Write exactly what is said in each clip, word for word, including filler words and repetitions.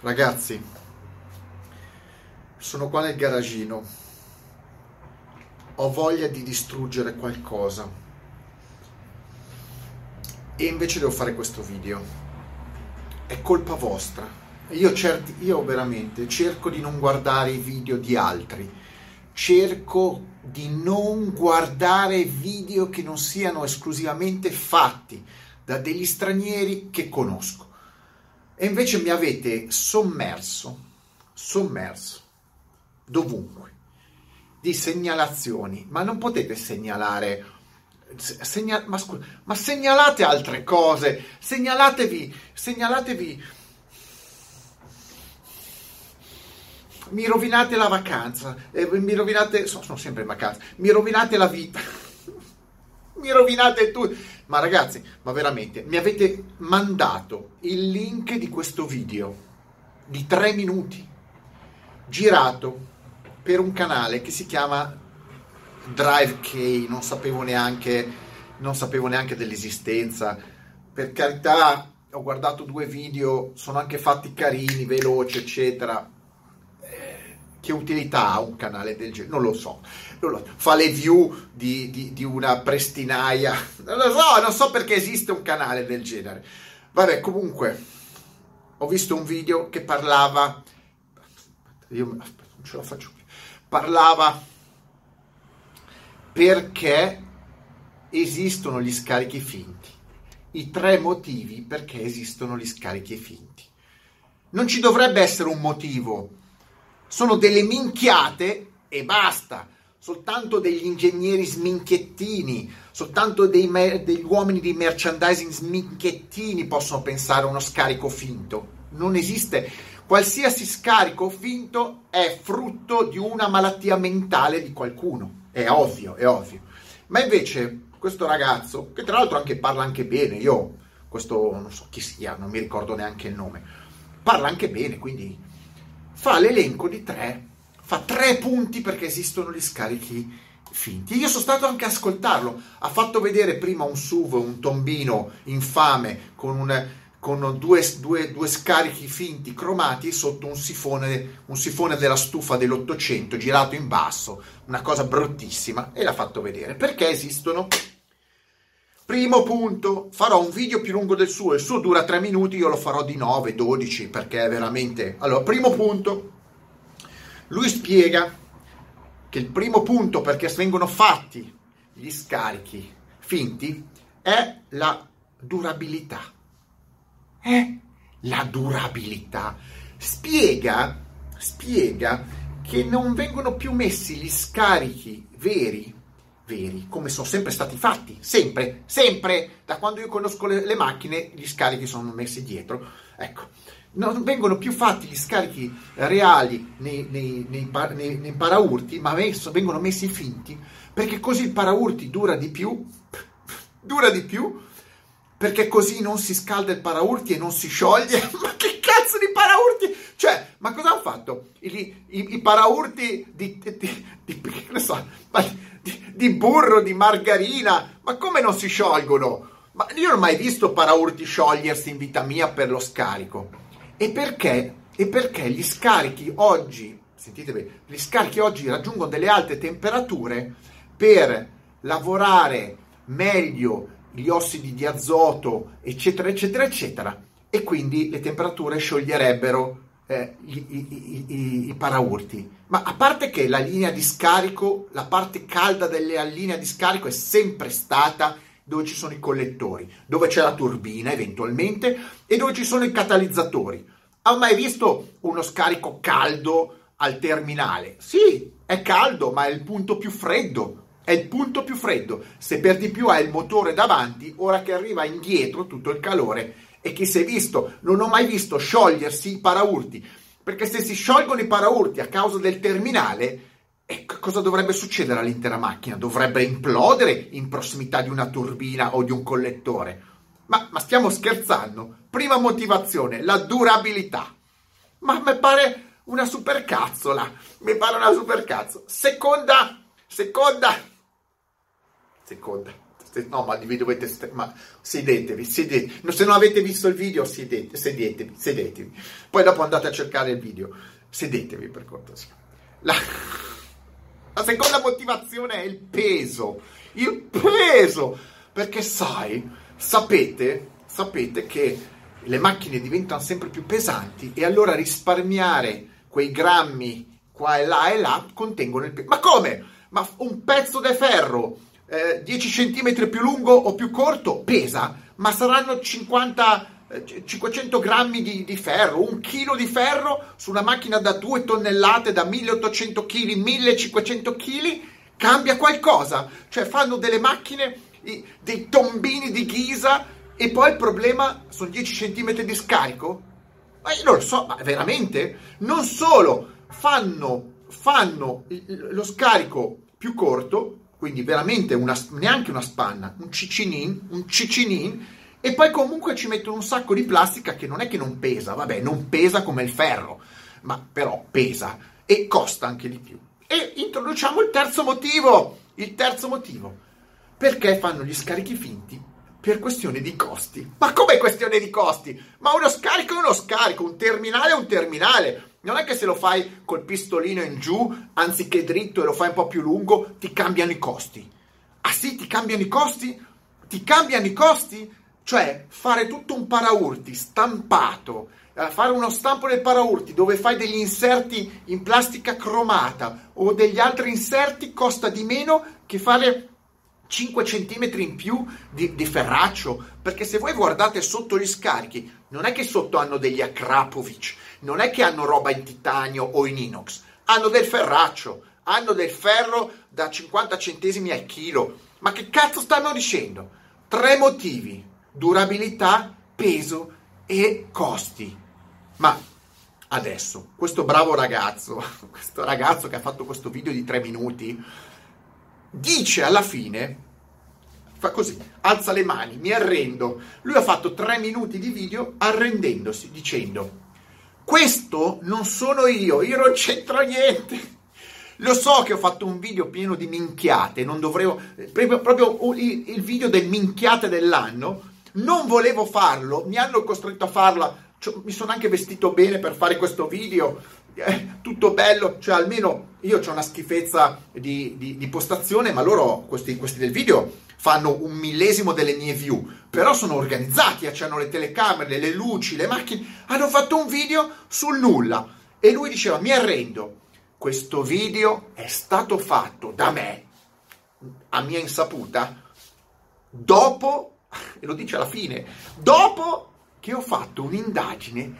Ragazzi, sono qua nel garagino, ho voglia di distruggere qualcosa e invece devo fare questo video. È colpa vostra. Io, certi, io veramente cerco di non guardare i video di altri, cerco di non guardare video che non siano esclusivamente fatti da degli stranieri che conosco. E invece mi avete sommerso, sommerso, dovunque, di segnalazioni. Ma non potete segnalare, segna, ma, scu- ma segnalate altre cose, segnalatevi, segnalatevi, mi rovinate la vacanza, eh, mi rovinate, so, sono sempre in vacanza, mi rovinate la vita, mi rovinate tutto. Ma ragazzi, ma veramente, mi avete mandato il link di questo video di tre minuti, girato per un canale che si chiama Drive K, non sapevo neanche, non sapevo neanche dell'esistenza. Per carità, ho guardato due video, sono anche fatti carini, veloci, eccetera. Che utilità ha un canale del genere? Non lo so. Non lo so. Fa le view di, di, di una prestinaia. Non lo so, non so perché esiste un canale del genere. Vabbè, comunque, ho visto un video che parlava... Io aspetta, non ce la faccio più. Parlava perché esistono gli scarichi finti. I tre motivi perché esistono gli scarichi finti. Non ci dovrebbe essere un motivo. Sono delle minchiate e basta, soltanto degli ingegneri sminchiettini, soltanto dei me- degli uomini di merchandising sminchiettini possono pensare a uno scarico finto. Non esiste. Qualsiasi scarico finto è frutto di una malattia mentale di qualcuno, è ovvio, è ovvio. Ma invece questo ragazzo, che tra l'altro anche parla anche bene, io questo non so chi sia, non mi ricordo neanche il nome, parla anche bene, quindi... fa l'elenco di tre, fa tre punti perché esistono gli scarichi finti. Io sono stato anche a ascoltarlo, ha fatto vedere prima un S U V, un tombino infame con, un, con due, due, due scarichi finti cromati sotto un sifone, un sifone della stufa dell'Ottocento girato in basso, una cosa bruttissima, e l'ha fatto vedere. Perché esistono? Primo punto, farò un video più lungo del suo, il suo dura tre minuti, io lo farò di nove, dodici, perché è veramente... Allora, primo punto, lui spiega che il primo punto perché vengono fatti gli scarichi finti è la durabilità. È la durabilità. Spiega, spiega che non vengono più messi gli scarichi veri, veri, come sono sempre stati fatti, sempre, sempre, da quando io conosco le, le macchine, gli scarichi sono messi dietro, ecco, non vengono più fatti gli scarichi reali nei, nei, nei, nei, nei paraurti, ma messo, vengono messi finti, perché così il paraurti dura di più, dura di più, perché così non si scalda il paraurti e non si scioglie. Ma che cazzo di paraurti? Cioè, ma cosa hanno fatto? I, i, i paraurti di, di, di, di, che ne so, di, di burro, di margarina, ma come non si sciolgono? Ma io non ho mai visto paraurti sciogliersi in vita mia per lo scarico. E perché? E perché gli scarichi oggi, sentite bene, gli scarichi oggi raggiungono delle alte temperature per lavorare meglio gli ossidi di azoto, eccetera, eccetera, eccetera, e quindi le temperature scioglierebbero eh, i, i, i, i paraurti. Ma a parte che la linea di scarico, la parte calda della linea di scarico è sempre stata dove ci sono i collettori, dove c'è la turbina eventualmente e dove ci sono i catalizzatori. Hai mai visto uno scarico caldo al terminale? Sì, è caldo, ma è il punto più freddo. È il punto più freddo. Se per di più hai il motore davanti, ora che arriva indietro tutto il calore, e che si è visto, non ho mai visto sciogliersi i paraurti, perché se si sciolgono i paraurti a causa del terminale, eh, cosa dovrebbe succedere all'intera macchina? Dovrebbe implodere in prossimità di una turbina o di un collettore. Ma, ma stiamo scherzando? Prima motivazione, la durabilità. Ma mi pare una supercazzola. Mi pare una supercazzo. Seconda, seconda, seconda. no, ma vi dovete, ma sedetevi, sedetevi, se non avete visto il video, sedete, sedetevi, sedetevi, poi dopo andate a cercare il video, sedetevi per cortesia. La, la seconda motivazione è il peso, il peso, perché sai, sapete, sapete che le macchine diventano sempre più pesanti e allora risparmiare quei grammi qua e là e là contengono il peso. Ma come? Ma un pezzo di ferro eh, dieci centimetri più lungo o più corto pesa, ma saranno cinquanta, cinquecento grammi di, di ferro, un chilo di ferro su una macchina da due tonnellate, da milleottocento chili, millecinquecento chili, cambia qualcosa? Cioè fanno delle macchine, i, dei tombini di ghisa e poi il problema sono dieci centimetri di scarico? Ma io non lo so, ma veramente? Non solo, fanno, fanno lo scarico più corto, quindi veramente una, neanche una spanna, un cicinin, un cicinin, e poi comunque ci mettono un sacco di plastica che non è che non pesa, vabbè, non pesa come il ferro, ma però pesa e costa anche di più. E introduciamo il terzo motivo, il terzo motivo, perché fanno gli scarichi finti? Per questione di costi. Ma come questione di costi? Ma uno scarico è uno scarico, un terminale è un terminale. Non è che se lo fai col pistolino in giù, anziché dritto e lo fai un po' più lungo, ti cambiano i costi. Ah sì, ti cambiano i costi? Ti cambiano i costi? Cioè, fare tutto un paraurti stampato, fare uno stampo del paraurti dove fai degli inserti in plastica cromata o degli altri inserti costa di meno che fare cinque centimetri in più di, di ferraccio, perché se voi guardate sotto gli scarichi, non è che sotto hanno degli Akrapovic, non è che hanno roba in titanio o in inox, hanno del ferraccio, hanno del ferro da cinquanta centesimi al chilo. Ma che cazzo stanno dicendo? Tre motivi: durabilità, peso e costi. Ma adesso, questo bravo ragazzo, questo ragazzo che ha fatto questo video di tre minuti, dice alla fine, fa così, alza le mani, mi arrendo. Lui ha fatto tre minuti di video arrendendosi, dicendo: questo non sono io, io non c'entro niente. Lo so che ho fatto un video pieno di minchiate, non dovevo, proprio, proprio il, il video del minchiate dell'anno, non volevo farlo, mi hanno costretto a farla, cioè, mi sono anche vestito bene per fare questo video, eh, tutto bello, cioè almeno io ho una schifezza di, di, di postazione, ma loro, questi, questi del video, fanno un millesimo delle mie view, però sono organizzati, hanno le telecamere, le luci, le macchine, hanno fatto un video sul nulla, e lui diceva: mi arrendo, questo video è stato fatto da me, a mia insaputa, dopo, e lo dice alla fine, dopo che ho fatto un'indagine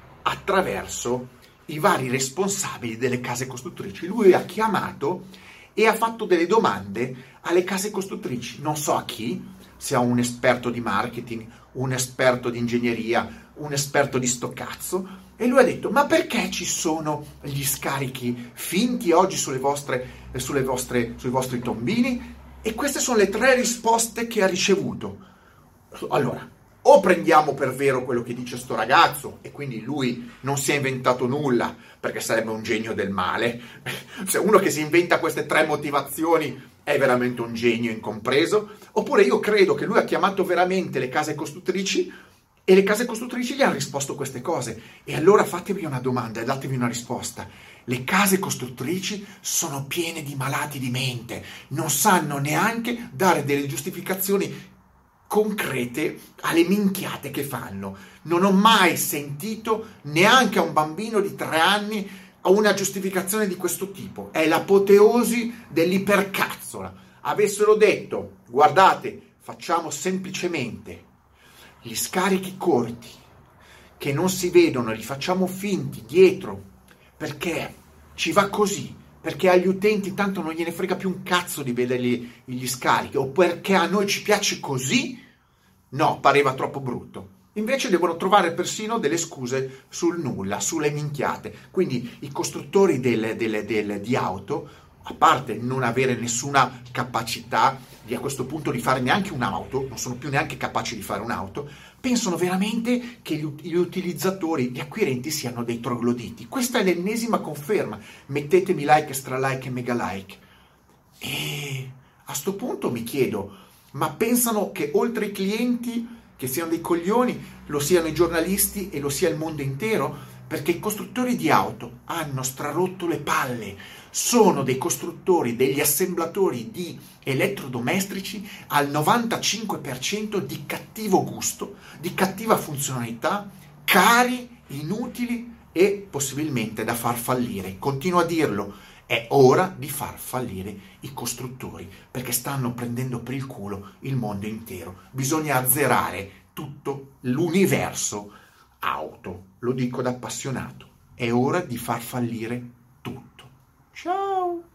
attraverso i vari responsabili delle case costruttrici. Lui ha chiamato e ha fatto delle domande alle case costruttrici, non so a chi, se a un esperto di marketing, un esperto di ingegneria, un esperto di sto cazzo, e lui ha detto: ma perché ci sono gli scarichi finti oggi sulle vostre, sulle vostre, sui vostri tombini? E queste sono le tre risposte che ha ricevuto. Allora, o prendiamo per vero quello che dice sto ragazzo e quindi lui non si è inventato nulla, perché sarebbe un genio del male. Se uno che si inventa queste tre motivazioni è veramente un genio incompreso, oppure io credo che lui ha chiamato veramente le case costruttrici e le case costruttrici gli hanno risposto queste cose. E allora fatevi una domanda e datevi una risposta. Le case costruttrici sono piene di malati di mente, non sanno neanche dare delle giustificazioni concrete alle minchiate che fanno. Non ho mai sentito neanche a un bambino di tre anni una giustificazione di questo tipo. È l'apoteosi dell'ipercazzola. Avessero detto: guardate, facciamo semplicemente gli scarichi corti che non si vedono, li facciamo finti dietro perché ci va così, perché agli utenti tanto non gliene frega più un cazzo di vedergli gli scarichi, o perché a noi ci piace così, no, pareva troppo brutto. Invece devono trovare persino delle scuse sul nulla, sulle minchiate. Quindi i costruttori del, del, del, di auto, a parte non avere nessuna capacità di a questo punto di fare neanche un'auto, non sono più neanche capaci di fare un'auto, pensano veramente che gli, gli utilizzatori, gli acquirenti siano dei trogloditi. Questa è l'ennesima conferma. Mettetemi like, stra like e mega like. E a sto punto mi chiedo: ma pensano che oltre ai clienti, che siano dei coglioni, lo siano i giornalisti e lo sia il mondo intero, perché i costruttori di auto hanno strarotto le palle, sono dei costruttori, degli assemblatori di elettrodomestici al novantacinque per cento di cattivo gusto, di cattiva funzionalità, cari, inutili e possibilmente da far fallire. Continuo a dirlo, è ora di far fallire i costruttori, perché stanno prendendo per il culo il mondo intero. Bisogna azzerare tutto l'universo auto. Lo dico da appassionato. È ora di far fallire tutto. Ciao!